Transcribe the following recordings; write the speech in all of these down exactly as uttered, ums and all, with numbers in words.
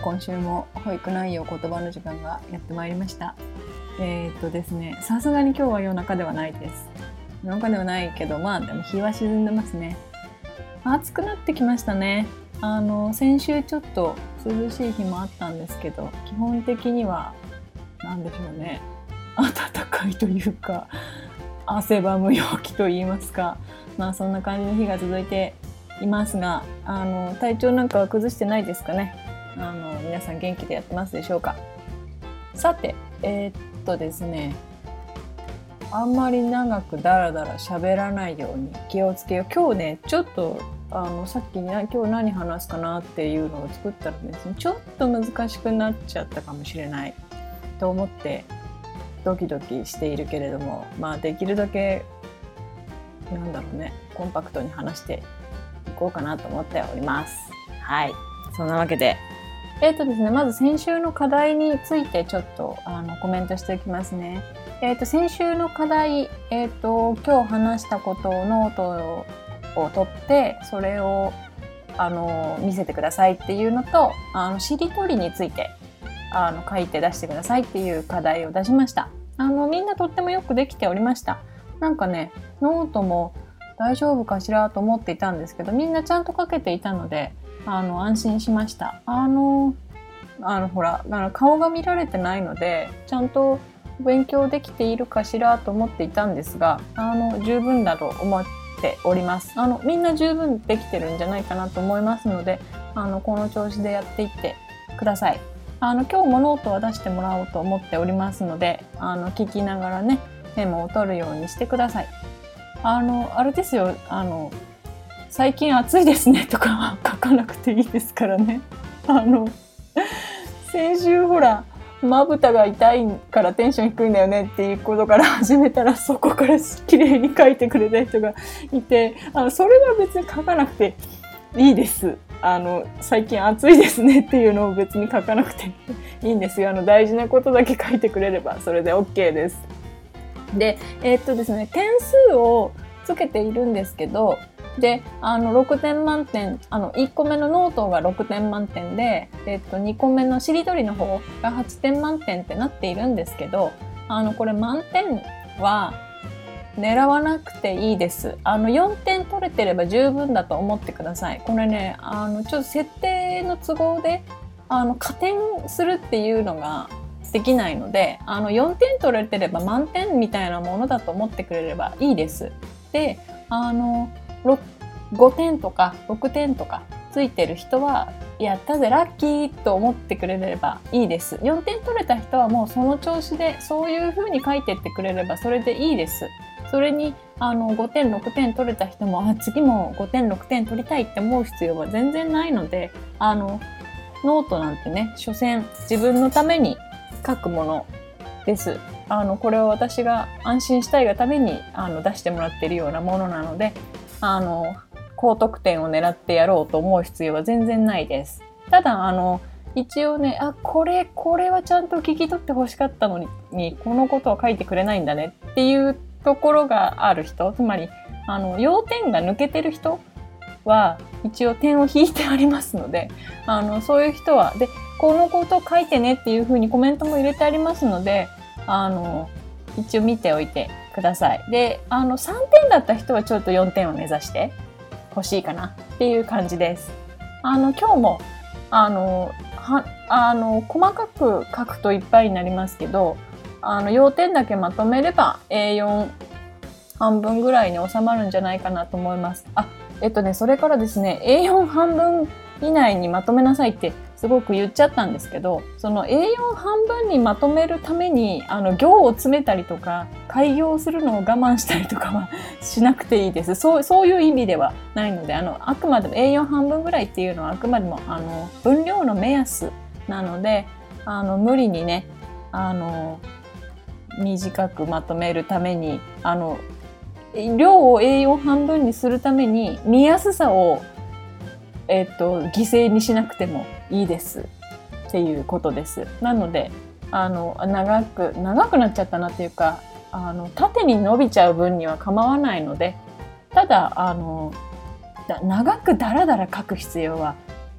今週も保育内容言葉の時間がやってまいりました。えー、っとですねさすがに今日は夜中ではないです。夜中ではないけど、まあでも日は沈んでますね。暑くなってきましたね。あの先週ちょっと涼しい日もあったんですけど、基本的にはなんでしょうね、暖かいというか汗ばむ陽気と言いますか、まあそんな感じの日が続いていますが、あの体調なんかは崩してないですかね。あの皆さん元気でやってますでしょうか。さて、えー、っとですねあんまり長くダラダラ喋らないように気をつけよう。今日ねちょっとあのさっき今日何話すかなっていうのを作ったらですね、ちょっと難しくなっちゃったかもしれないと思ってドキドキしているけれども、まあできるだけなんだろうねコンパクトに話していこうかなと思っております。はい、そんなわけでえーとですね、まず先週の課題についてちょっとあのコメントしておきますね。えーと先週の課題、えーと今日話したことをノートを取ってそれをあの見せてくださいっていうのと、あのしりとりについてあの書いて出してくださいっていう課題を出しました。あのみんなとってもよくできておりました。なんかねノートも大丈夫かしらと思っていたんですけど、みんなちゃんと書けていたのであの安心しました。あのあのほらあの顔が見られてないのでちゃんと勉強できているかしらと思っていたんですが、あの十分だと思っております。あのみんな十分できてるんじゃないかなと思いますので、あのこの調子でやっていってください。あの今日もノートは出してもらおうと思っておりますので、あの聞きながらねメモを取るようにしてください。あのあれですよ、あの最近暑いですねとかは書かなくていいですからね。あの先週ほらまぶたが痛いからテンション低いんだよねっていうことから始めたら、そこから綺麗に書いてくれた人がいて、あのそれは別に書かなくていいです。あの最近暑いですねっていうのを別に書かなくていいんですよ。あの大事なことだけ書いてくれればそれで OK です。で、えー、っとですね点数をつけているんですけど、であのろくてん満点、あのいっこめのノートがろくてん満点で、えっと、にこめのしりとりの方がはちてん満点ってなっているんですけど、あのこれ満点は狙わなくていいです。あのよんてん取れてれば十分だと思ってください。これねあのちょっと設定の都合であの加点するっていうのができないので、あのよんてん取れてれば満点みたいなものだと思ってくれればいいです。であのごてんとかろくてんとかついてる人はやったぜラッキーと思ってくれればいいです。よんてん取れた人はもうその調子でそういう風に書いてってくれればそれでいいです。それにあのごてんろくてん取れた人もあ次もごてんろくてん取りたいって思う必要は全然ないので、あのノートなんてね所詮自分のために書くものです。あのこれは私が安心したいがためにあの出してもらっているようなものなので、あの高得点を狙ってやろうと思う必要は全然ないです。ただあの一応ね、あこれこれはちゃんと聞き取ってほしかったのに、にこのことは書いてくれないんだねっていうところがある人、つまりあの要点が抜けてる人は一応点を引いてありますので、あのそういう人はでこのことを書いてねっていうふうにコメントも入れてありますので、あの一応見ておいてください。であのさんてんだった人はちょっとよんてんを目指して欲しいかなっていう感じです。あの今日もあのはあの細かく書くといっぱいになりますけど、あの要点だけまとめれば エーよん 半分ぐらいに収まるんじゃないかなと思います。あえっとねそれからですね エーよん 半分以内にまとめなさいってすごく言っちゃったんですけど、その エーよん 半分にまとめるためにあの行を詰めたりとか改行するのを我慢したりとかはしなくていいです。そうそういう意味ではないので、あのあくまでも エーよん 半分ぐらいっていうのはあくまでもあの分量の目安なので、あの無理にねあの短くまとめるためにあの量を エーよん 半分にするために見やすさをえっと、犠牲にしなくてもいいですっていうことです。なのであの長く長くなっちゃったなっていうか、あの縦に伸びちゃう分には構わないので、ただあの長くダラダラ書く必要は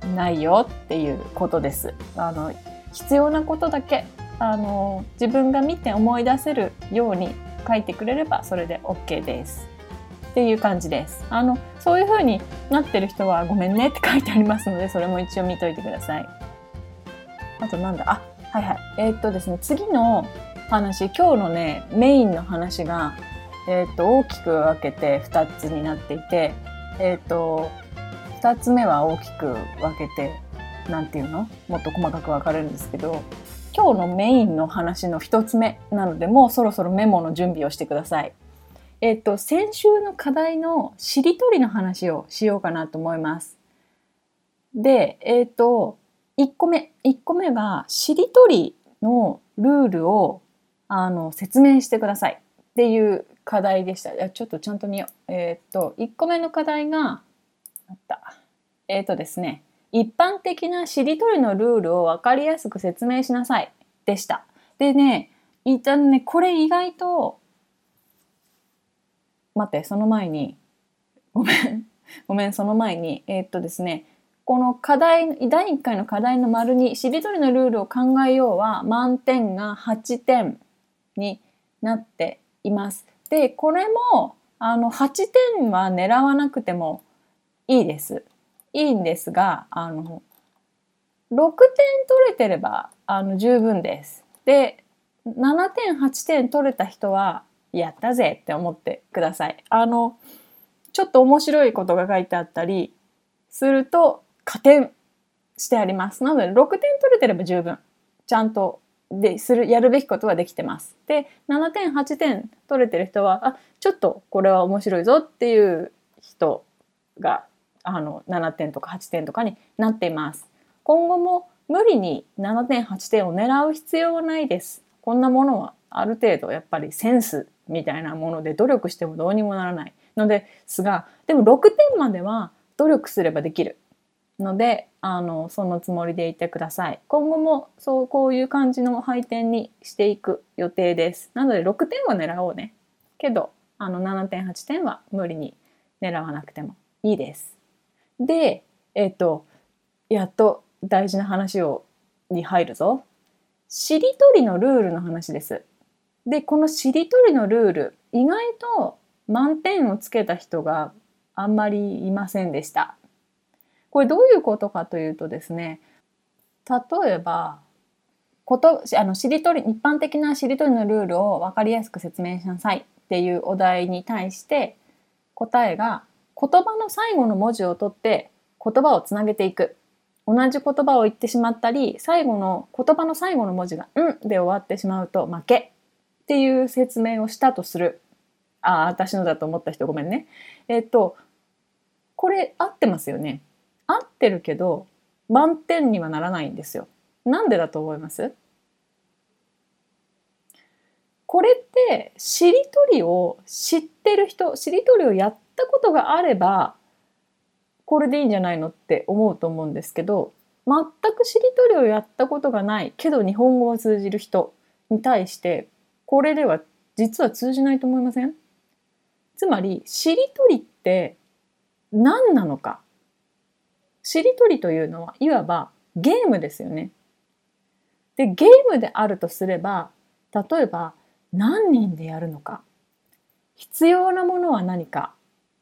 ないよっていうことです。あの必要なことだけあの自分が見て思い出せるように書いてくれればそれで OK ですっていう感じです。あのそういう風になってる人はごめんねって書いてありますので、それも一応見といてください。あとなんだ、あ、はいはい、えー、っとですね次の話、今日のねメインの話が、えー、っと大きく分けてふたつになっていて、えー、っとふたつめは大きく分けてなんていうのもっと細かく分かれるんですけど、今日のメインの話のひとつめなので、もうそろそろメモの準備をしてください。えっと先週の課題のしりとりの話をしようかなと思います。で、えっといっこめいっこめがしりとりのルールをあの説明してくださいっていう課題でした。いやちょっとちゃんと見よう。えっといっこめの課題があった。えっとですね一般的なしりとりのルールを分かりやすく説明しなさいでした。でね、一旦ね、これ意外と、待って、その前に、ごめん、ごめん、その前に、えーっとですね、この課題、だいいっかいの課題の丸に、しりとりのルールを考えようは、満点がはってんになっています。で、これも、あの、はってんは狙わなくてもいいです。いいんですが、あの、ろくてん取れてればあの十分です。で、ななてん、はちてん取れた人はやったぜって思ってください。あの、ちょっと面白いことが書いてあったりすると加点してあります。なのでろくてん取れてれば十分。ちゃんとでするやるべきことはできてます。で、ななてん、はちてん取れてる人は、あ、ちょっとこれは面白いぞっていう人があのななてんとかはちてんとかになっています。今後も無理にななてん、はちてんを狙う必要はないです。こんなものはある程度やっぱりセンスみたいなもので努力してもどうにもならないのですが、でもろくてんまでは努力すればできるので、あのそのつもりでいてください。今後もそうこういう感じの配点にしていく予定です。なのでろくてんは狙おうね。けどあのななてん、はちてんは無理に狙わなくてもいいです。で、えっと、やっと大事な話をに入るぞ。しりとりのルールの話です。で、このしりとりのルール、意外と満点をつけた人があんまりいませんでした。これどういうことかというとですね、例えば、ことあのしりとり一般的なしりとりのルールを分かりやすく説明しなさいっていうお題に対して答えが言葉の最後の文字を取って言葉をつなげていく。同じ言葉を言ってしまったり、最後の言葉の最後の文字が「ん」で終わってしまうと負けっていう説明をしたとする。ああ、私のだと思った人ごめんね。えっとこれ合ってますよね。合ってるけど満点にはならないんですよ。なんでだと思います？これってしりとりを知ってる人、しりとりをやったことがあればこれでいいんじゃないのって思うと思うんですけど、全くしりとりをやったことがないけど日本語は通じる人に対してこれでは実は通じないと思いません？つまりしりとりって何なのか。しりとりというのはいわばゲームですよね。で、ゲームであるとすれば、例えば何人でやるのか、必要なものは何か、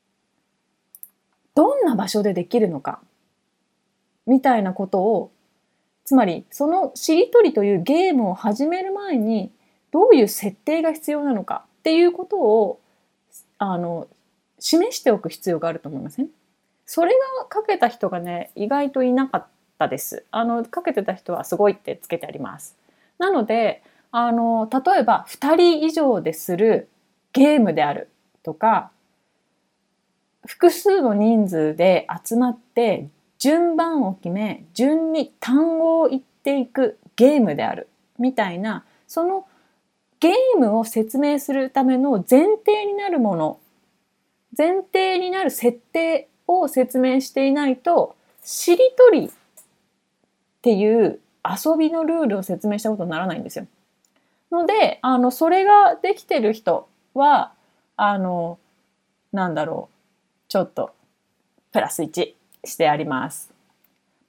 どんな場所でできるのかみたいなことを、つまりそのしりとりというゲームを始める前にどういう設定が必要なのかっていうことをあの示しておく必要があると思いません？それが書けた人がね意外といなかったです。あの書けてた人はすごいってつけてあります。なのであの例えばふたり以上でするゲームであるとか、複数の人数で集まって順番を決め順に単語を言っていくゲームであるみたいな、そのゲームを説明するための前提になるもの、前提になる設定を説明していないと、しりとりっていう遊びのルールを説明したことにならないんですよ。ので、あのそれができてる人はあのなんだろう、ちょっとプラスいちしてあります。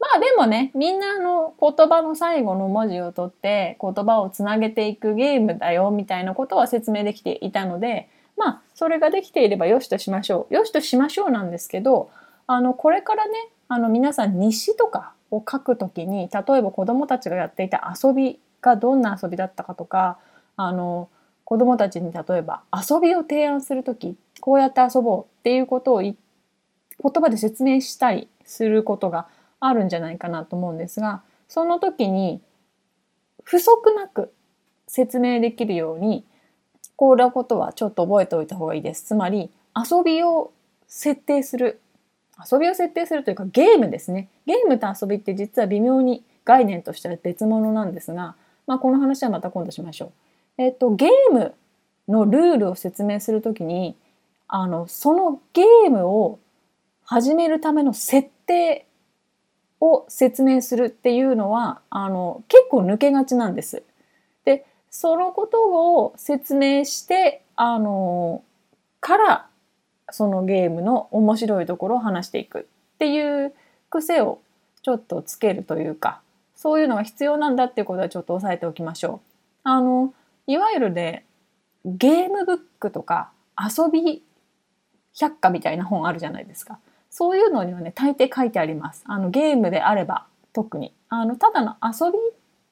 まあでもね、みんなあの言葉の最後の文字を取って言葉をつなげていくゲームだよみたいなことは説明できていたので、まあそれができていればよしとしましょう。よしとしましょうなんですけど、あのこれからね、あの皆さん日誌とかを書くときに、例えば子どもたちがやっていた遊びがどんな遊びだったかとか、あの子どもたちに例えば遊びを提案するとき、こうやって遊ぼうっていうことを言葉で説明したりすることがあるんじゃないかなと思うんですが、その時に不足なく説明できるように、こういうことはちょっと覚えておいた方がいいです。つまり遊びを設定する。遊びを設定するというかゲームですね。ゲームと遊びって実は微妙に概念としては別物なんですが、まあ、この話はまた今度しましょう。えっと、ゲームのルールを説明するときに、あの、そのゲームを始めるための設定を説明するっていうのは、あの、結構抜けがちなんです。で、そのことを説明して、あの、から、そのゲームの面白いところを話していくっていう癖をちょっとつけるというか、そういうのが必要なんだっていうことはちょっと押さえておきましょう。あの、いわゆるね、ゲームブックとか遊び百科みたいな本あるじゃないですか。そういうのにはね、大抵書いてあります。あのゲームであれば特に。あのただの遊び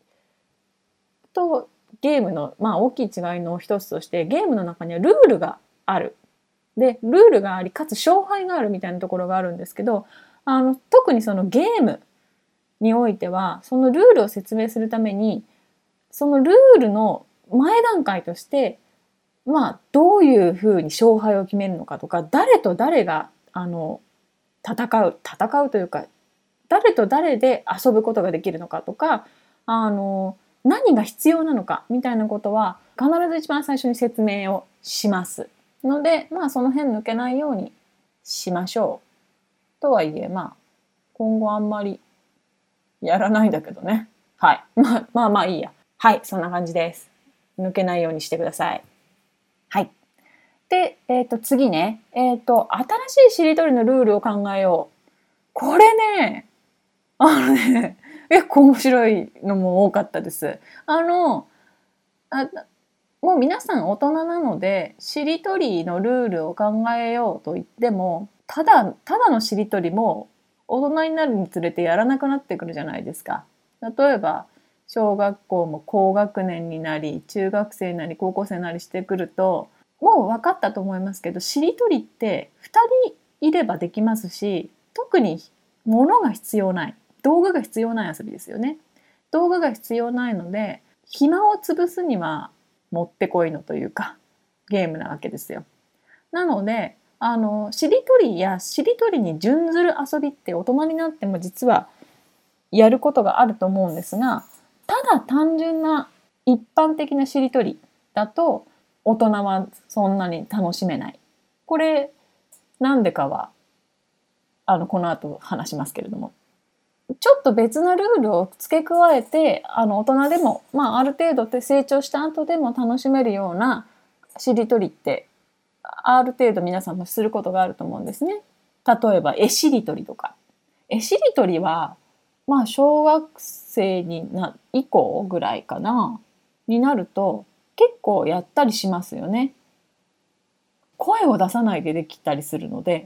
とゲームの、まあ、大きい違いの一つとして、ゲームの中にはルールがある。で、ルールがあり、かつ勝敗があるみたいなところがあるんですけど、あの特にそのゲームにおいては、そのルールを説明するために、そのルールの前段階として、まあ、どういうふうに勝敗を決めるのかとか、誰と誰があの戦う戦うというか、誰と誰で遊ぶことができるのかとか、あの何が必要なのかみたいなことは必ず一番最初に説明をしますので、まあその辺抜けないようにしましょう。とはいえ、まあ今後あんまりやらないんだけどね。はい。まあまあまあいいや。はい、そんな感じです。抜けないようにしてください。はい。で、えっと次ね、えっと新しいしりとりのルールを考えよう。これね、あのね、結構面白いのも多かったです。あの、あもう皆さん大人なので、しりとりのルールを考えようと言っても、ただ、ただのしりとりも大人になるにつれてやらなくなってくるじゃないですか。例えば、小学校も高学年になり、中学生なり高校生なりしてくると、もう分かったと思いますけど、しりとりってふたりいればできますし、特に物が必要ない、道具が必要ない遊びですよね。道具が必要ないので、暇を潰すにはもってこいのというかゲームなわけですよ。なので、あのしりとりやしりとりに準ずる遊びって大人になっても実はやることがあると思うんですが、ただ単純な一般的なしりとりだと大人はそんなに楽しめない。これなんでかはあのこの後話しますけれども、ちょっと別なルールを付け加えて、あの大人でも、まあ、ある程度で成長した後でも楽しめるようなしりとりってある程度皆さんもすることがあると思うんですね。例えば絵しりとりとか。絵しりとりはまあ小学生にな以降ぐらいかなになると結構やったりしますよね。声を出さないでできたりするので、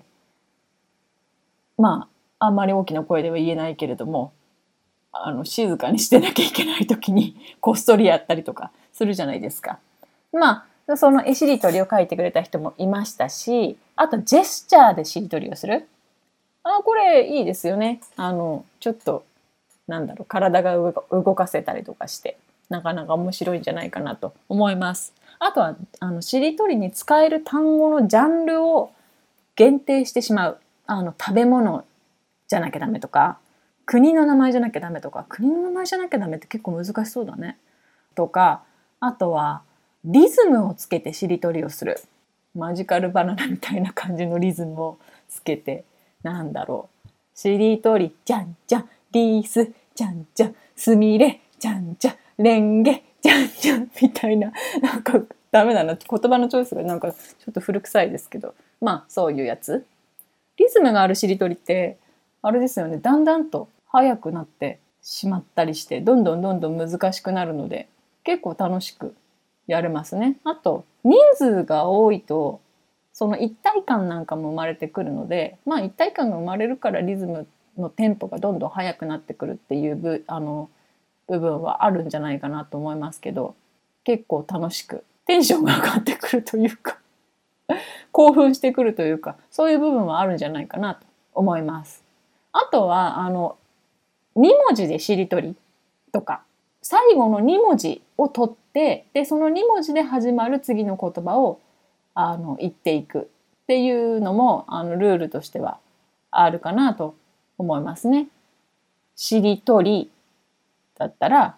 まああんまり大きな声では言えないけれども、あの静かにしてなきゃいけない時にこっそりやったりとかするじゃないですか。まあその絵しりとりを書いてくれた人もいましたし、あとジェスチャーでしりとりをする。あ、これいいですよね。あのちょっとなんだろう、体が動かせたりとかしてなかなか面白いんじゃないかなと思います。あとはあのしりとりに使える単語のジャンルを限定してしまう。あの食べ物じゃなきゃダメとか、国の名前じゃなきゃダメとか、国の名前じゃなきゃダメって結構難しそうだね。とか、あとはリズムをつけてしりとりをする。マジカルバナナみたいな感じのリズムをつけて、なんだろう。しりとり、じゃんじゃん、リース、じゃんじゃん、すみれ、じゃんじゃん、レンゲ、じゃんじゃんみたいな、なんかダメだな。言葉のチョイスがなんかちょっと古臭いですけど、まあそういうやつ。リズムがあるしりとりって、あれですよね、だんだんと速くなってしまったりして、どんどんどんどん難しくなるので、結構楽しくやれますね。あと人数が多いとその一体感なんかも生まれてくるので、まあ一体感が生まれるからリズムのテンポがどんどん速くなってくるっていう部あの部分はあるんじゃないかなと思いますけど、結構楽しくテンションが上がってくるというか興奮してくるというか、そういう部分はあるんじゃないかなと思います。あとはあのに文字でしりとりとか、最後のに文字を取って、でそのに文字で始まる次の言葉をあの言っていくっていうのもあのルールとしてはあるかなと思いますね。しりとりだったら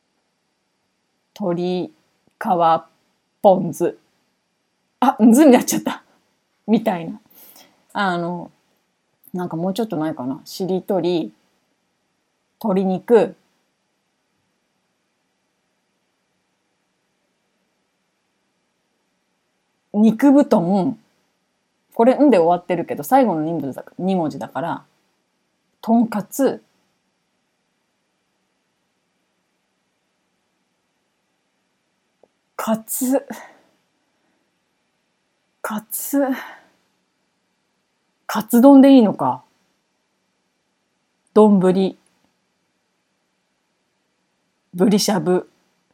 鶏皮ポン酢、あんずになっちゃったみたいな、あのなんかもうちょっとないかな。しりとり、鶏肉、肉布団、これんで終わってるけど最後のに文字だに文字だから、とんかつ、かつ、かつ、カツ丼でいいのか。丼、ぶりしゃぶ、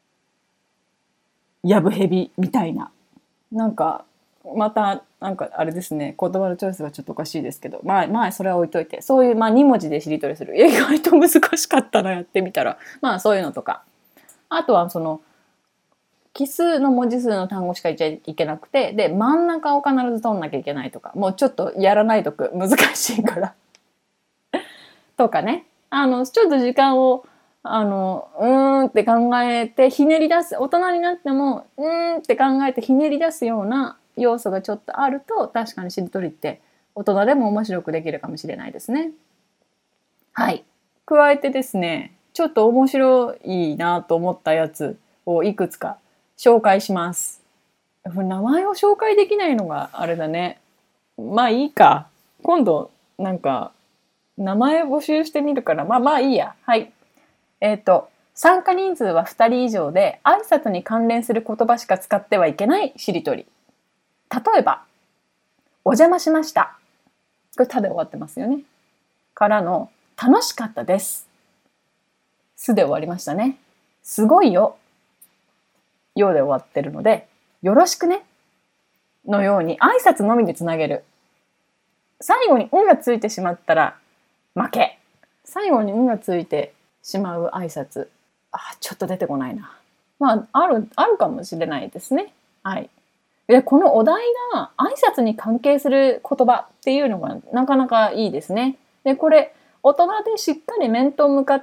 やぶへびみたいな。なんかまたなんかあれですね、言葉のチョイスがちょっとおかしいですけど、まあまあそれは置いといて、そういうまあに文字でしりとりする、意外と難しかったなやってみたら、まあそういうのとか、あとはその奇数の文字数の単語しか言っちゃいけなくて、で真ん中を必ず取んなきゃいけないとか、もうちょっとやらないとく難しいからとかね、あのちょっと時間をあのうーんって考えてひねり出す、大人になってもうーんって考えてひねり出すような要素がちょっとあると、確かにしりとりって大人でも面白くできるかもしれないですね。はい。加えてですね、ちょっと面白いなと思ったやつをいくつか紹介します。名前を紹介できないのがあれだね。まあいいか。今度なんか名前募集してみるから、まあまあいいや。はい。えっと、参加人数はふたり以上で、挨拶に関連する言葉しか使ってはいけないしりとり。例えば、お邪魔しました。これたで終わってますよね。からの、楽しかったです。すで終わりましたね。すごいよ。よで終わってるので、よろしくね。のように挨拶のみでつなげる。最後にんがついてしまったら負け。最後にんがついてしまう挨拶、あ、ちょっと出てこないな。まああるあるかもしれないですね。はい。でこのお題が挨拶に関係する言葉っていうのがなかなかいいですね。でこれ大人でしっかり面と向かって、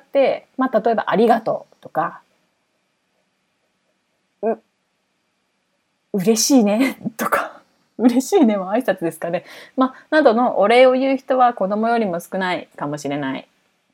まあ、例えばありがとうとか、う嬉しいねとか、嬉しいねは挨拶ですかね。まあ、などのお礼を言う人は子供よりも少ないかもしれない。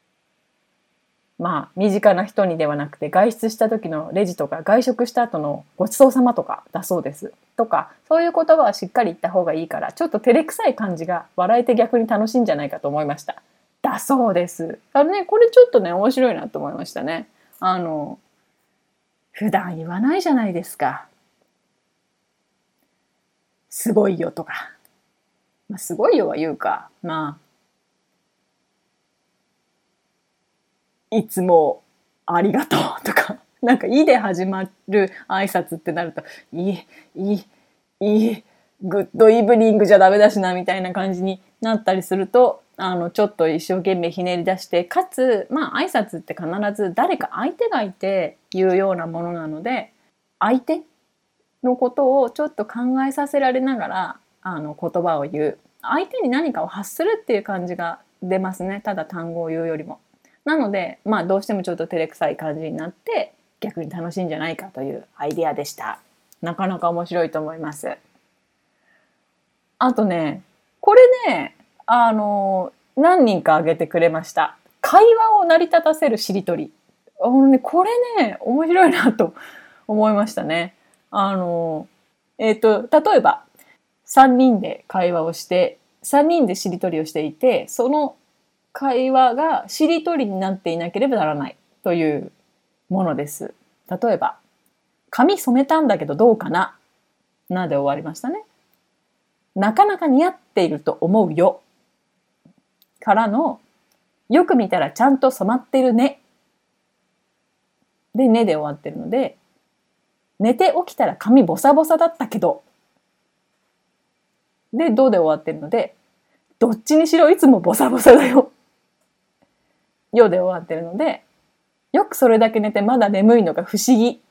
まあ、身近な人にではなくて、外出した時のレジとか外食した後のごちそうさまとかだそうです。とか、そういう言葉はしっかり言った方がいいから、ちょっと照れくさい感じが笑えて逆に楽しいんじゃないかと思いました。だそうです。あのね、これちょっとね、面白いなと思いましたね。あの、普段言わないじゃないですか。すごいよとか。まあ、すごいよは言うか。まあ、いつもありがとうとか。なんか「い」で始まる挨拶ってなると「いいいいいいグッドイブニングじゃダメだしな」みたいな感じになったりすると、あのちょっと一生懸命ひねり出して、かつまあ挨拶って必ず誰か相手がいて言うようなものなので、相手のことをちょっと考えさせられながらあの言葉を言う、相手に何かを発するっていう感じが出ますね、ただ単語を言うよりも。なのでまあどうしてもちょっと照れくさい感じになって逆に楽しいんじゃないかというアイデアでした。なかなか面白いと思います。あとね、これね、あの何人か挙げてくれました。会話を成り立たせるしりとり。あのね、これね面白いなと思いましたね。あのえっと例えばさんにんで会話をして、さんにんでしりとりをしていて、その会話がしりとりになっていなければならないというものです。例えば、髪染めたんだけどどうかななで終わりましたね。なかなか似合っていると思うよからの、よく見たらちゃんと染まってるねでねで終わってるので、寝て起きたら髪ボサボサだったけどでどうで終わってるので、どっちにしろいつもボサボサだよよで終わってるので、よくそれだけ寝てまだ眠いのが不思議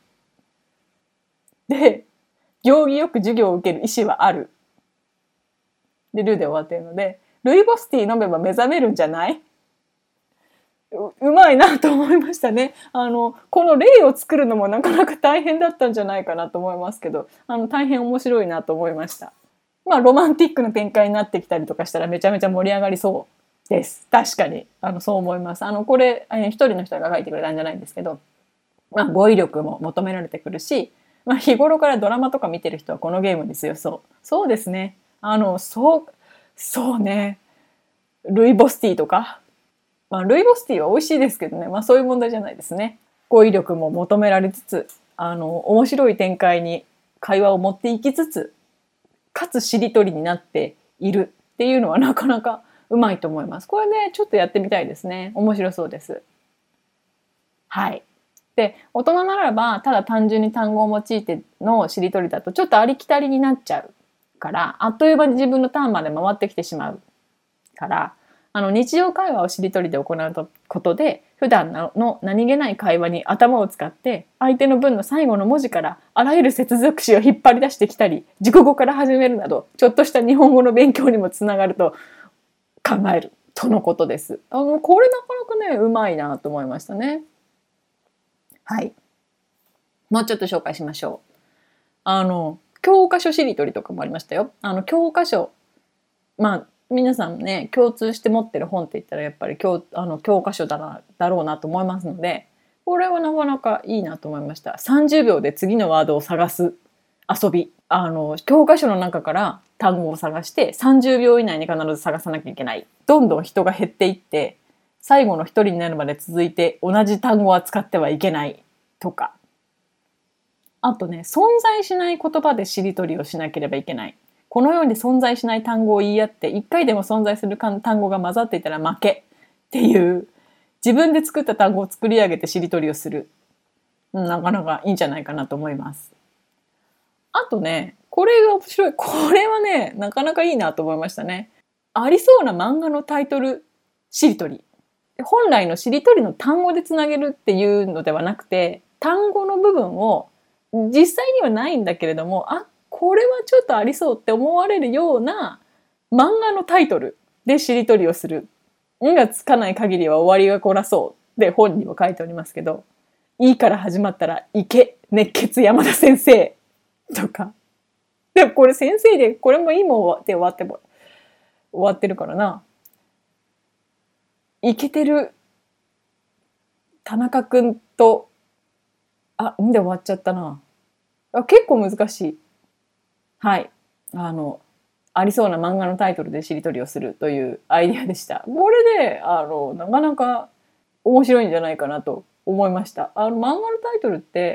で、行儀よく授業を受ける意思はあるでルで終わってるので、ルイボスティー飲めば目覚めるんじゃない？ う, うまいなと思いましたね。あのこの例を作るのもなかなか大変だったんじゃないかなと思いますけど、あの大変面白いなと思いました。まあロマンティックな展開になってきたりとかしたらめちゃめちゃ盛り上がりそうです。確かにあのそう思います。あのこれ一人の人が書いてくれたんじゃないんですけど、まあ、語彙力も求められてくるし、まあ、日頃からドラマとか見てる人はこのゲームに強そう。そうですね。あのそうそうね。ルイボスティーとか、まあ、ルイボスティーは美味しいですけどね、まあ、そういう問題じゃないですね。語彙力も求められつつ、あの面白い展開に会話を持っていきつつ、かつしりとりになっているっていうのはなかなかうまいと思います。これね、ちょっとやってみたいですね。面白そうです。はい。で、大人ならばただ単純に単語を用いてのしりとりだとちょっとありきたりになっちゃうから、あっという間に自分のターンまで回ってきてしまうから、あの日常会話をしりとりで行うことで、普段の何気ない会話に頭を使って相手の文の最後の文字からあらゆる接続詞を引っ張り出してきたり、熟語から始めるなどちょっとした日本語の勉強にもつながると考えるとのことです。あのこれなかなかね、うまいなと思いましたね。はい。もうちょっと紹介しましょう。あの教科書しりとりとかもありましたよ。あの教科書、まあ皆さんね、共通して持ってる本って言ったらやっぱり 教, あの教科書だなだろうなと思いますので、これはなかなかいいなと思いました。さんじゅうびょうで次のワードを探す遊び。あの教科書の中から単語を探してさんじゅうびょう以内に必ず探さなきゃいけない。どんどん人が減っていって最後の一人になるまで続いて同じ単語は使ってはいけないとか。あとね、存在しない言葉でしりとりをしなければいけない。このように存在しない単語を言い合って一回でも存在する単語が混ざっていたら負けっていう、自分で作った単語を作り上げてしりとりをする、なかなかいいんじゃないかなと思います。あとね、これが面白い、これはねなかなかいいなと思いましたね。ありそうな漫画のタイトルしりとり。本来のしりとりの単語でつなげるっていうのではなくて、単語の部分を実際にはないんだけれども、あ、これはちょっとありそうって思われるような漫画のタイトルでしりとりをする。んがつかない限りは終わりがこらそうで本にも書いておりますけど、いいから始まったらいけ熱血山田先生とか。でもこれ先生で、これもいいもんで終わっても終わってるからな。いけてる田中くんと、あ、んで終わっちゃったな。あ、結構難しい。はい。あの、ありそうな漫画のタイトルでしりとりをするというアイデアでした。これで、あの、なかなか面白いんじゃないかなと思いました。あの、漫画のタイトルって、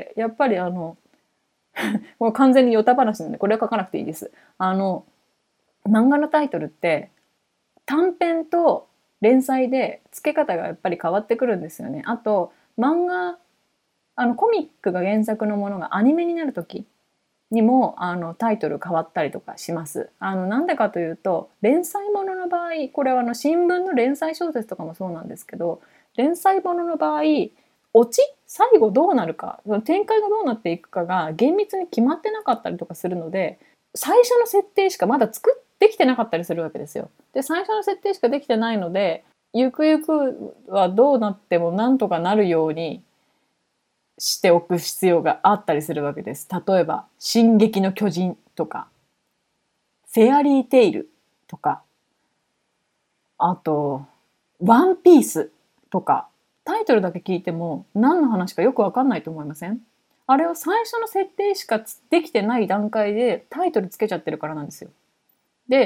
やっぱりあの、もう完全にヨタ話なんで、これは書かなくていいです。あの、漫画のタイトルって、短編と連載で付け方がやっぱり変わってくるんですよね。あと、漫画、あのコミックが原作のものがアニメになる時にもあのタイトル変わったりとかします。あのなんでかというと、連載ものの場合、これはあの新聞の連載小説とかもそうなんですけど、連載ものの場合、オチ最後どうなるか、展開がどうなっていくかが厳密に決まってなかったりとかするので、最初の設定しかまだ作ってきてなかったりするわけですよ。で、最初の設定しかできてないので、ゆくゆくはどうなってもなんとかなるようにしておく必要があったりするわけです。例えば「進撃の巨人」とか「フェアリーテイル」とか、あと「ワンピース」とか、タイトルだけ聞いても何の話かよく分かんないと思いません？あれは最初の設定しかできてない段階でタイトルつけちゃってるからなんですよ。で、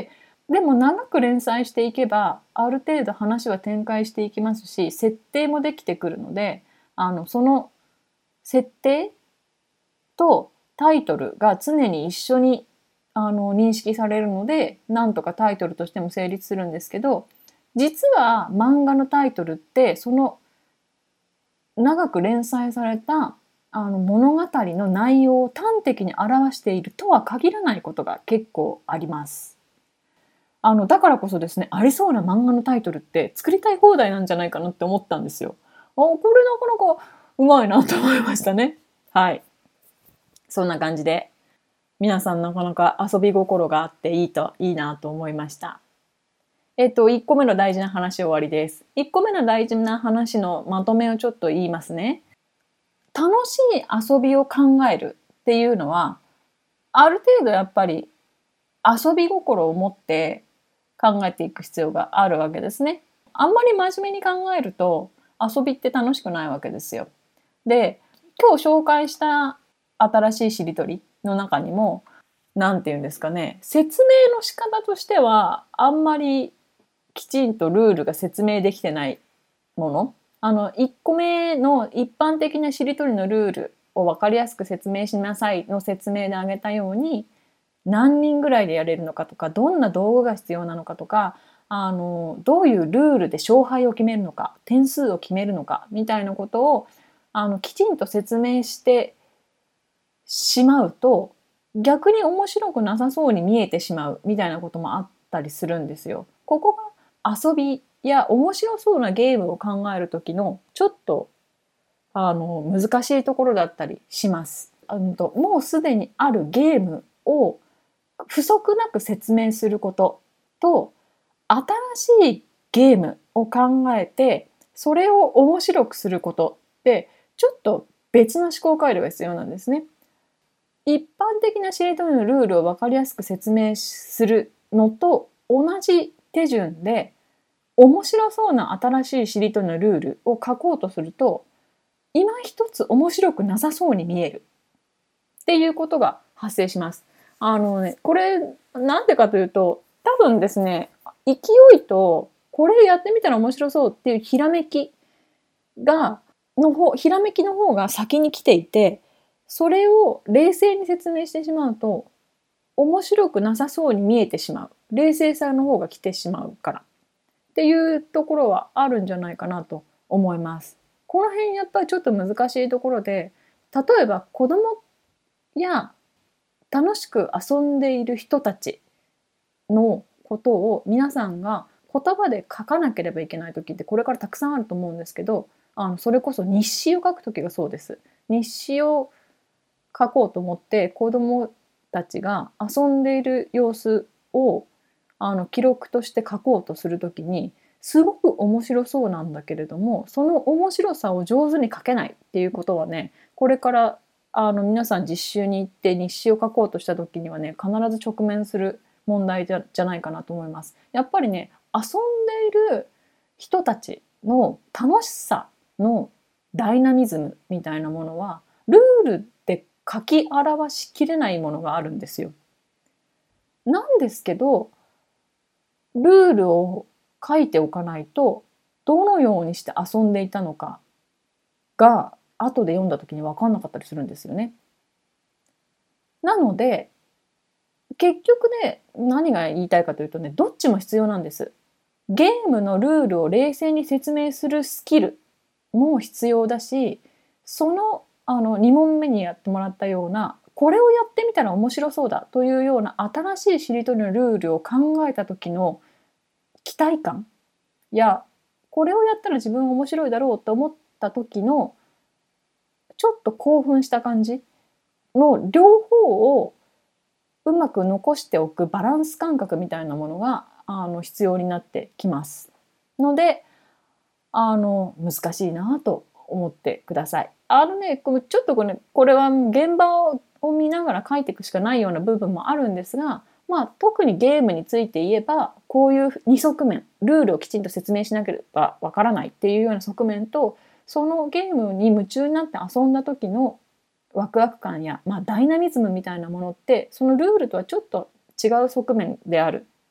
でも長く連載していけばある程度話は展開していきますし、設定もできてくるので、あのその設定とタイトルが常に一緒にあの認識されるので、なんとかタイトルとしても成立するんですけど、実は漫画のタイトルってその長く連載されたあの物語の内容を端的に表しているとは限らないことが結構あります。あのだからこそですね、ありそうな漫画のタイトルって作りたい放題なんじゃないかなって思ったんですよ。あ、これなかなかうまいなと思いましたね。はい。そんな感じで皆さんなかなか遊び心があっていいといいなと思いました。えっといっこめの大事な話終わりです。いっこめの大事な話のまとめをちょっと言いますね。楽しい遊びを考えるっていうのはある程度やっぱり遊び心を持って考えていく必要があるわけですね。あんまり真面目に考えると遊びって楽しくないわけですよ。で、今日紹介した新しいしりとりの中にも、なんていうんですかね、説明の仕方としてはあんまりきちんとルールが説明できてないもの、あのいっこめの一般的なしりとりのルールを分かりやすく説明しなさいの説明で挙げたように、何人ぐらいでやれるのかとか、どんな道具が必要なのかとか、あのどういうルールで勝敗を決めるのか、点数を決めるのかみたいなことをあのきちんと説明してしまうと、逆に面白くなさそうに見えてしまうみたいなこともあったりするんですよ。ここが遊びや面白そうなゲームを考える時のちょっとあの難しいところだったりします。あのもうすでにあるゲームを不足なく説明することと、新しいゲームを考えてそれを面白くすることってちょっと別の思考回路が必要なんですね。一般的なしりとりのルールを分かりやすく説明するのと同じ手順で、面白そうな新しいしりとりのルールを書こうとすると、今一つ面白くなさそうに見えるっていうことが発生します。あのね、これなんでかというと、多分ですね、勢いとこれやってみたら面白そうっていうひらめきがの方ひらめきの方が先に来ていて、それを冷静に説明してしまうと面白くなさそうに見えてしまう、冷静さの方が来てしまうからっていうところはあるんじゃないかなと思います。この辺やっぱりちょっと難しいところで、例えば子供や楽しく遊んでいる人たちのことを皆さんが言葉で書かなければいけない時ってこれからたくさんあると思うんですけど、あのそれこそ日誌を書く時がそうです。日誌を書こうと思って子どもたちが遊んでいる様子をあの記録として書こうとする時に、すごく面白そうなんだけれども、その面白さを上手に書けないっていうことはね、これからあの皆さん実習に行って日誌を書こうとした時にはね、必ず直面する問題じゃ、じゃないかなと思います。やっぱりね、遊んでいる人たちの楽しさのダイナミズムみたいなものはルールで書き表しきれないものがあるんですよ。なんですけど、ルールを書いておかないとどのようにして遊んでいたのかが後で読んだ時に分かんなかったりするんですよね。なので結局ね、何が言いたいかというとね、どっちも必要なんです。ゲームのルールを冷静に説明するスキルも必要だし、その、あのに問目にやってもらったような、これをやってみたら面白そうだというような新しいしりとりのルールを考えた時の期待感や、これをやったら自分面白いだろうと思った時のちょっと興奮した感じの両方をうまく残しておくバランス感覚みたいなものがあの必要になってきますので、あの難しいなと思ってください。あのね、ちょっとこれ、これは現場を見ながら書いていくしかないような部分もあるんですが、まあ、特にゲームについて言えばこういうに側面、ルールをきちんと説明しなければわからないっていうような側面と、そのゲームに夢中になって遊んだ時のワクワク感や、まあ、ダイナミズムみたいなものってそのルールとはちょっと違う側面であるっ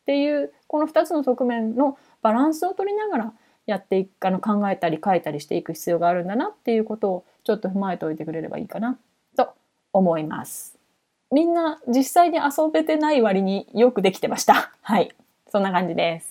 っていうこのふたつの側面のバランスを取りながらやっていくあの考えたり書いたりしていく必要があるんだなっていうことをちょっと踏まえておいてくれればいいかなと思います。みんな実際に遊べてない割によくできてました。はい、そんな感じです。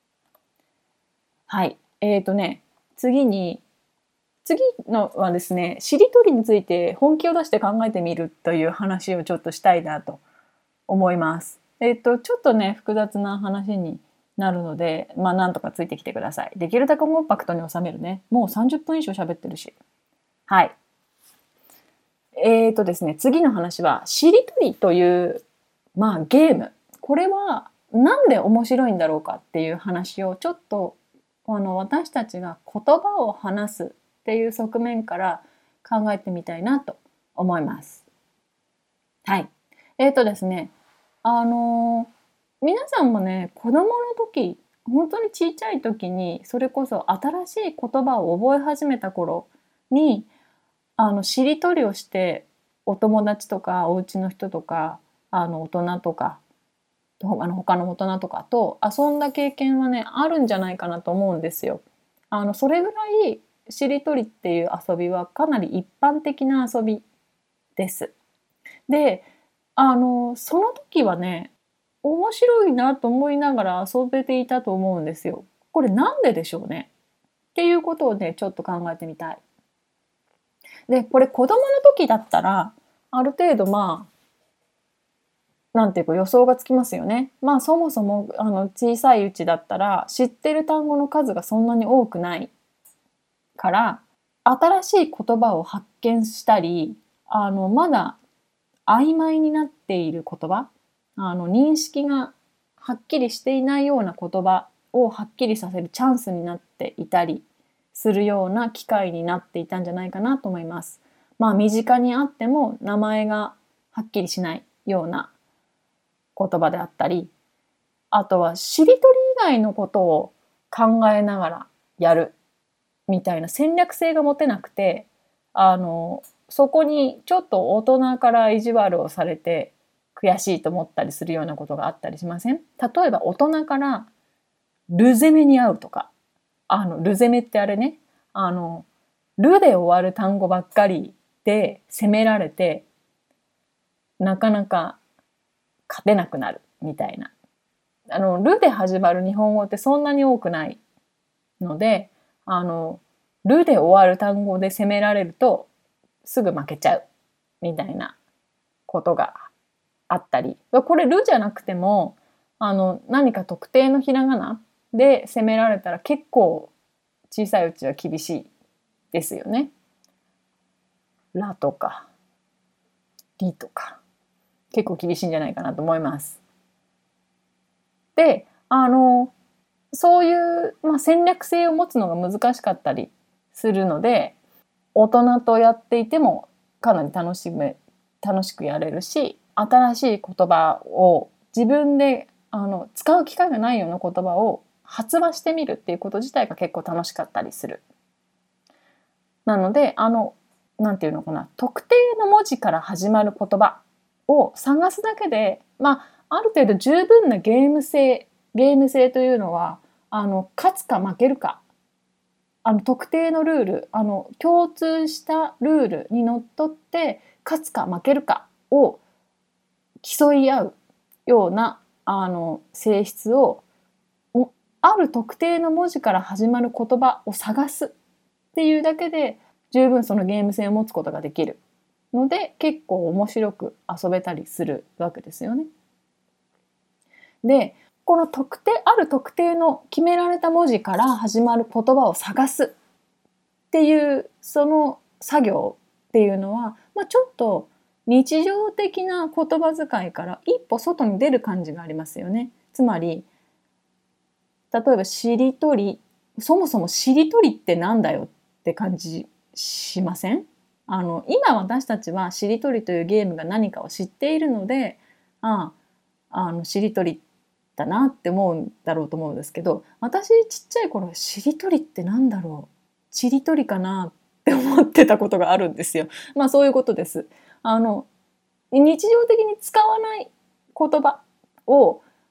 はい、えーとね次に次のはですね、しりとりについて本気を出して考えてみるという話をちょっとしたいなと思います。えっとちょっとね複雑な話になるので、まあなんとかついてきてください。できるだけコンパクトに収めるね。もうさんじゅっぷん以上喋ってるし。はい。えっとですね、次の話はしりとりというまあゲーム。これはなんで面白いんだろうかっていう話をちょっとあの私たちが言葉を話すっていう側面から考えてみたいなと思います。はい。えっとですね、あの皆さんもね、子供の時、本当にちっちゃい時にそれこそ新しい言葉を覚え始めた頃にあのしりとりをしてお友達とかお家の人とかあの大人とかあの他の大人とかと遊んだ経験はねあるんじゃないかなと思うんですよ。あのそれぐらいしりとりっていう遊びはかなり一般的な遊びです。で、あのその時はね面白いなと思いながら遊べていたと思うんですよ。これなんででしょうねっていうことをねちょっと考えてみたい。で、これ子供の時だったらある程度まあなんていうか予想がつきますよね。まあそもそもあの小さいうちだったら知ってる単語の数がそんなに多くないから新しい言葉を発見したりあのまだ曖昧になっている言葉あの認識がはっきりしていないような言葉をはっきりさせるチャンスになっていたりするような機会になっていたんじゃないかなと思います。まあ身近にあっても名前がはっきりしないような言葉であったり、あとはしりとり以外のことを考えながらやるみたいな戦略性が持てなくて、あのそこにちょっと大人から意地悪をされて悔しいと思ったりするようなことがあったりしません？例えば大人からル攻めに遭うとか、あのル攻めってあれね、あのルで終わる単語ばっかりで攻められてなかなか勝てなくなるみたいな。あのルで始まる日本語ってそんなに多くないので、あのルで終わる単語で攻められるとすぐ負けちゃうみたいなことがあったり、これルじゃなくてもあの何か特定のひらがなで攻められたら結構小さいうちは厳しいですよね。ラとかリとか結構厳しいんじゃないかなと思います。で、あのそういう、まあ、戦略性を持つのが難しかったりするので、大人とやっていてもかなり楽しめ楽しくやれるし、新しい言葉を自分であの使う機会がないような言葉を発話してみるっていうこと自体が結構楽しかったりする。なので、あのなんていうのかな、特定の文字から始まる言葉を探すだけで、まあ、ある程度十分なゲーム性ゲーム性というのはあの勝つか負けるか、あの特定のルール、あの共通したルールにのっとって勝つか負けるかを競い合うようなあの性質をある特定の文字から始まる言葉を探すっていうだけで十分そのゲーム性を持つことができるので、結構面白く遊べたりするわけですよね。で、この特定ある特定の決められた文字から始まる言葉を探すっていうその作業っていうのは、まあ、ちょっと日常的な言葉遣いから一歩外に出る感じがありますよね。つまり例えばしりとり、そもそもしりとりってなんだよって感じしません？あの今私たちはしりとりというゲームが何かを知っているので、ああ、あのしりとりだなって思うんだろうと思うんですけど、私ちっちゃい頃しりとりってなんだろう、ちりとりかなって思ってたことがあるんですよ。まあそういうことです。あの日常的に使わない言葉を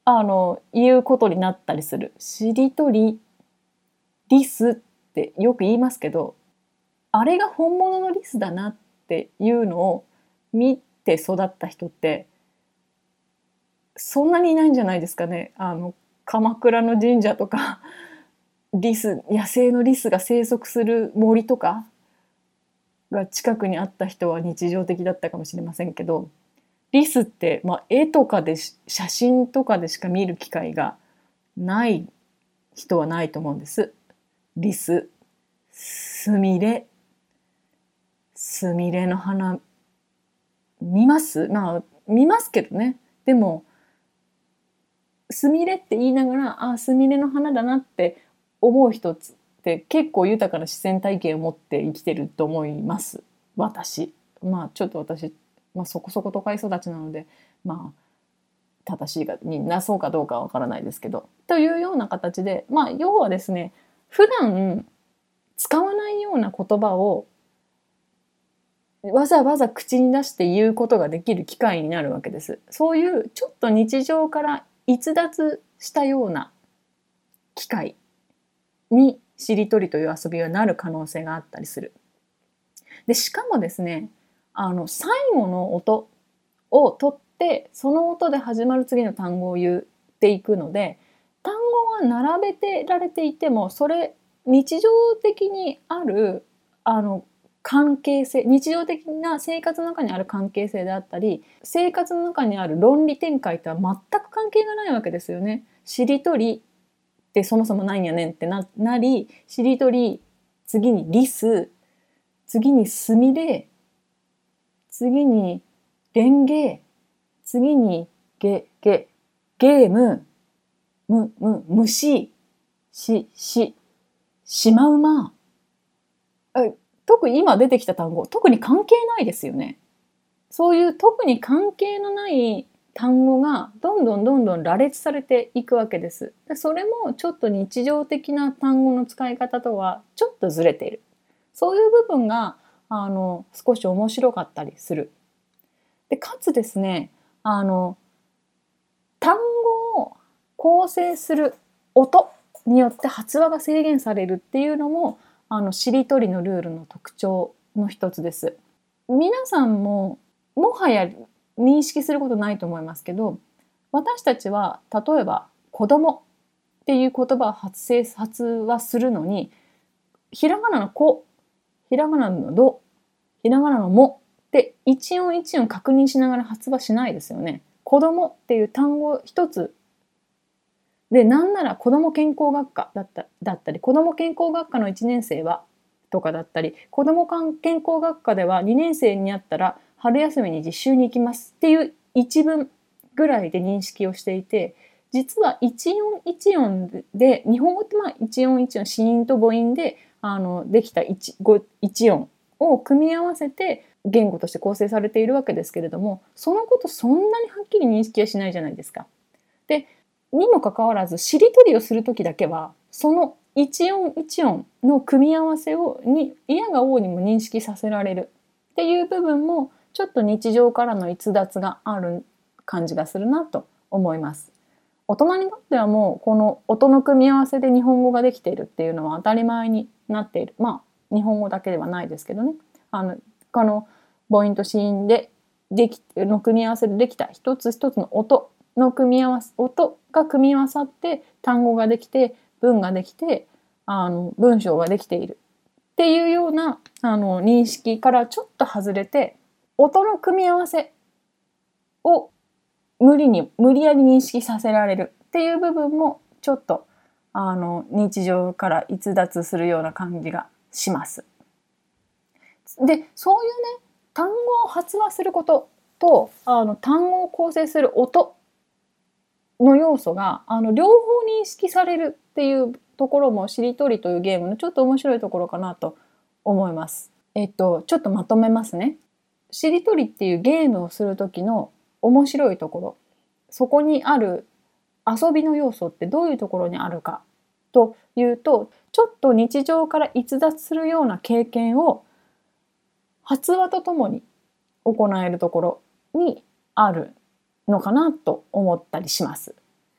あの言うことになったりする。しりとりリスってよく言いますけど、あれが本物のリスだなっていうのを見て育った人ってそんなにいないんじゃないですかね。あの鎌倉の神社とかリス、野生のリスが生息する森とかが近くにあった人は日常的だったかもしれませんけど、リスって、まあ、絵とかで写真とかでしか見る機会がない人はないと思うんです。リス、スミレ、スミレの花見ます？まあ見ますけどね。でもスミレって言いながら、あ、スミレの花だなって思う人って結構豊かな自然体験を持って生きてると思います。私。まあちょっと私、まあ、そこそこ都会育ちなので、まあ正しいかになそうかどうかはわからないですけど、というような形で、まあ要はですね、普段使わないような言葉をわざわざ口に出して言うことができる機会になるわけです。そういうちょっと日常から逸脱したような機会にしりとりという遊びはなる可能性があったりする。でしかもですね、あの最後の音を取ってその音で始まる次の単語を言っていくので、単語が並べてられていてもそれ日常的にあるあの関係性、日常的な生活の中にある関係性であったり、生活の中にある論理展開とは全く関係がないわけですよね。しりとりってそもそもないんやねんってな、なり、しりとり、次にリス、次にスミレ、次にレンゲ、次にゲゲゲーム、むむ虫、しししまうま。特に今出てきた単語、特に関係ないですよね。そういう特に関係のない単語がどんどんどんどん羅列されていくわけです。でそれもちょっと日常的な単語の使い方とはちょっとずれている。そういう部分があの少し面白かったりする。でかつですね、あの単語を構成する音によって発話が制限されるっていうのもあのしりとりのルールの特徴の一つです。皆さんももはや認識することないと思いますけど、私たちは例えば子供っていう言葉を発声発話するのに、ひらがなの子、ひらがなのど、ひらがなのもって一音一音確認しながら発話しないですよね。子供っていう単語一つで、なんなら子ども健康学科だった、だったり、子ども健康学科のいちねん生はとかだったり、子ども健康学科ではにねん生になったら春休みに実習に行きますっていう一文ぐらいで認識をしていて、実は一音一音で、日本語ってまあ一音一音、子音と母音であのできた 一, 一音を組み合わせて言語として構成されているわけですけれども、そのことそんなにはっきり認識はしないじゃないですか。でにもかかわらずしりとりをする時だけはその一音一音の組み合わせをに嫌が応にも認識させられるっていう部分もちょっと日常からの逸脱がある感じがするなと思います。大人にとってはもうこの音の組み合わせで日本語ができているっていうのは当たり前になっている。まあ日本語だけではないですけどね。あのこの母音と子音でできの組み合わせでできた一つ一つの音の組み合わせ、音が組み合わさって単語ができて文ができてあの文章ができているっていうようなあの認識からちょっと外れて、音の組み合わせを無理に無理やり認識させられるっていう部分もちょっとあの日常から逸脱するような感じがします。でそういうね、単語を発話することとあの単語を構成する音の要素があの両方認識されるっていうところもしりとりというゲームのちょっと面白いところかなと思います。えっとちょっとまとめますね。しりとりっていうゲームをする時の面白いところ、そこにある遊びの要素ってどういうところにあるかというと、ちょっと日常から逸脱するような経験を発話とともに行えるところにあるのかなと思ったりします。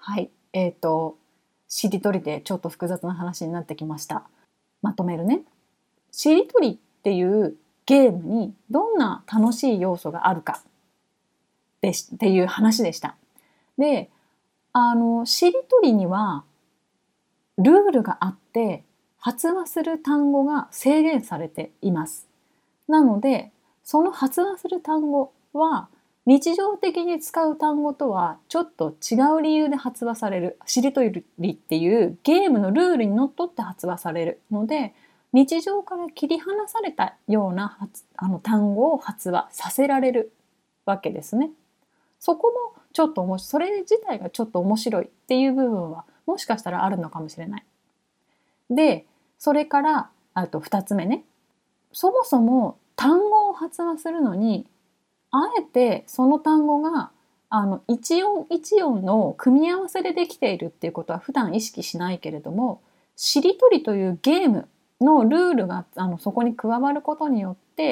はい、えっと、しりとりでちょっと複雑な話になってきました。まとめるね。しりとりっていうゲームにどんな楽しい要素があるかでしっていう話でした。で、あの、しりとりにはルールがあって、発話する単語が制限されています。なので、その発話する単語は日常的に使う単語とはちょっと違う理由で発話される。しりとりっていうゲームのルールにのっとって発話されるので、日常から切り離されたような発あの単語を発話させられるわけですね。そこもちょっと面白い、それ自体がちょっと面白いっていう部分はもしかしたらあるのかもしれない。で、それからあとふたつめね。そもそも単語を発話するのに、あえてその単語があの一音一音の組み合わせでできているっていうことは普段意識しないけれども、しりとりというゲームのルールがあのそこに加わることによって、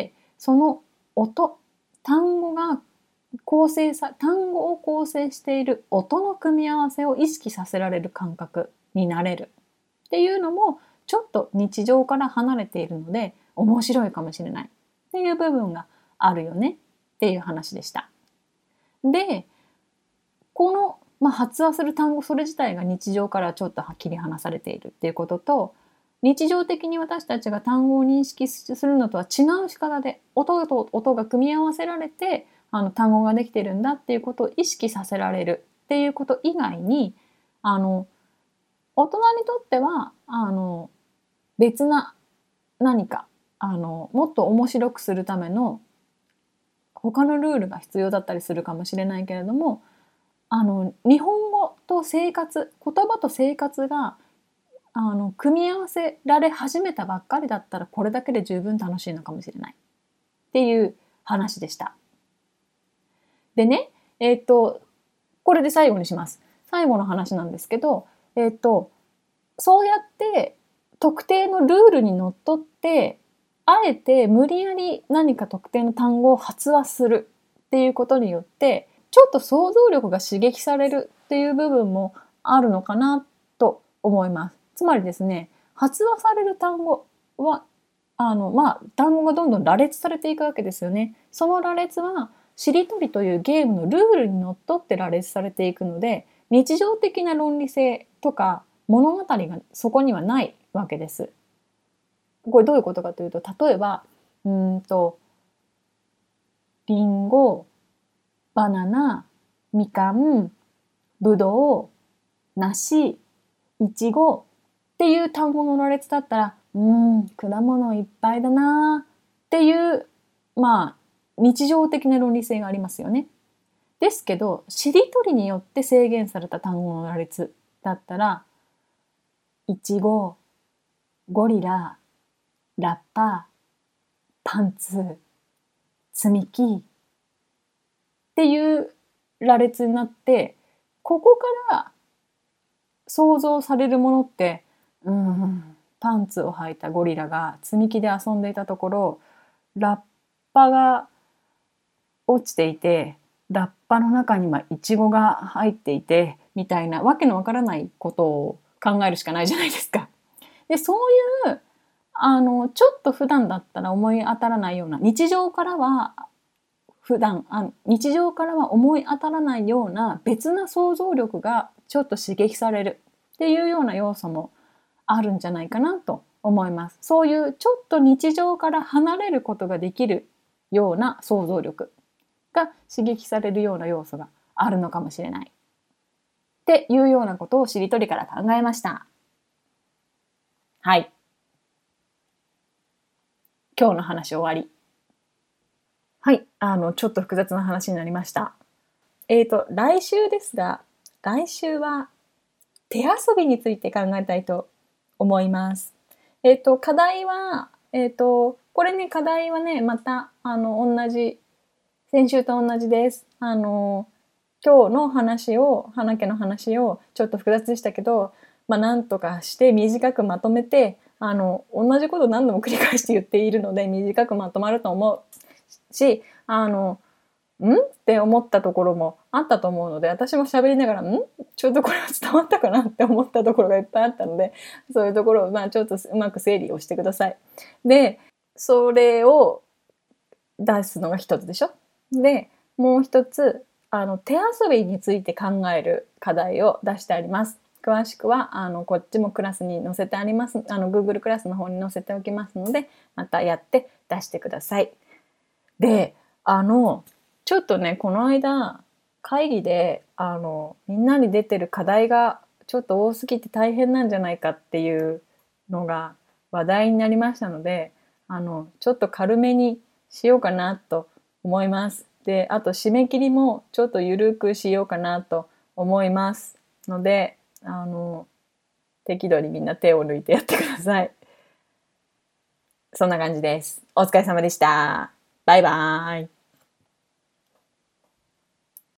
その音、単語が構成さ単語を構成している音の組み合わせを意識させられる感覚になれるっていうのもちょっと日常から離れているので面白いかもしれないっていう部分があるよねっていう話でした。で、この、まあ、発話する単語それ自体が日常からちょっと切り離されているっていうことと、日常的に私たちが単語を認識するのとは違う仕方で音と音が組み合わせられてあの単語ができてるんだっていうことを意識させられるっていうこと以外に、あの大人にとってはあの別な何かあのもっと面白くするための他のルールが必要だったりするかもしれないけれども、あの日本語と生活、言葉と生活があの組み合わせられ始めたばっかりだったらこれだけで十分楽しいのかもしれないっていう話でした。でね、えっとこれで最後にします。最後の話なんですけど、えっとそうやって特定のルールにのっとってあえて無理やり何か特定の単語を発話するっていうことによってちょっと想像力が刺激されるっていう部分もあるのかなと思います。つまりですね、発話される単語はあのまあ単語がどんどん羅列されていくわけですよね。その羅列はしりとりというゲームのルールにのっとって羅列されていくので、日常的な論理性とか物語がそこにはないわけです。これどういうことかというと、例えばうんとリンゴ、バナナ、みかん、ぶどう、梨、いちごっていう単語の羅列だったら、うーん、果物いっぱいだなっていうまあ日常的な論理性がありますよね。ですけど、しりとりによって制限された単語の羅列だったら、いちご、ゴリラ、ラッパ、パンツ、積み木っていう羅列になって、ここから想像されるものって、うん、パンツを履いたゴリラが積み木で遊んでいたところ、ラッパが落ちていて、ラッパの中にはイチゴが入っていてみたいなわけのわからないことを考えるしかないじゃないですか。で、そういうあのちょっと普段だったら思い当たらないような、日常からは普段あ日常からは思い当たらないような別な想像力がちょっと刺激されるっていうような要素もあるんじゃないかなと思います。そういうちょっと日常から離れることができるような想像力が刺激されるような要素があるのかもしれないっていうようなことをしりとりから考えました。はい。今日の話終わり。はい、あのちょっと複雑な話になりました。えーと来週ですが、来週は手遊びについて考えたいと思います。えーと課題はえーとこれね課題はねまたあの同じ先週と同じです。あの今日の話を花家の話をちょっと複雑でしたけど、まあなんとかして短くまとめて、あの同じこと何度も繰り返して言っているので短くまとまると思うし、あのんって思ったところもあったと思うので、私も喋りながらんちょっとこれは伝わったかなって思ったところがいっぱいあったので、そういうところをまあちょっとうまく整理をしてください。でそれを出すのが一つでしょ。でもう一つあの手遊びについて考える課題を出してあります。詳しくはあのこっちもクラスに載せてあります。あの Google クラスの方に載せておきますので、またやって出してください。であのちょっとねこの間会議であのみんなに出てる課題がちょっと多すぎて大変なんじゃないかっていうのが話題になりましたので、あのちょっと軽めにしようかなと思います。であと締め切りもちょっと緩くしようかなと思いますので、あの適度にみんな手を抜いてやってください。そんな感じです。お疲れ様でした。バイバーイ。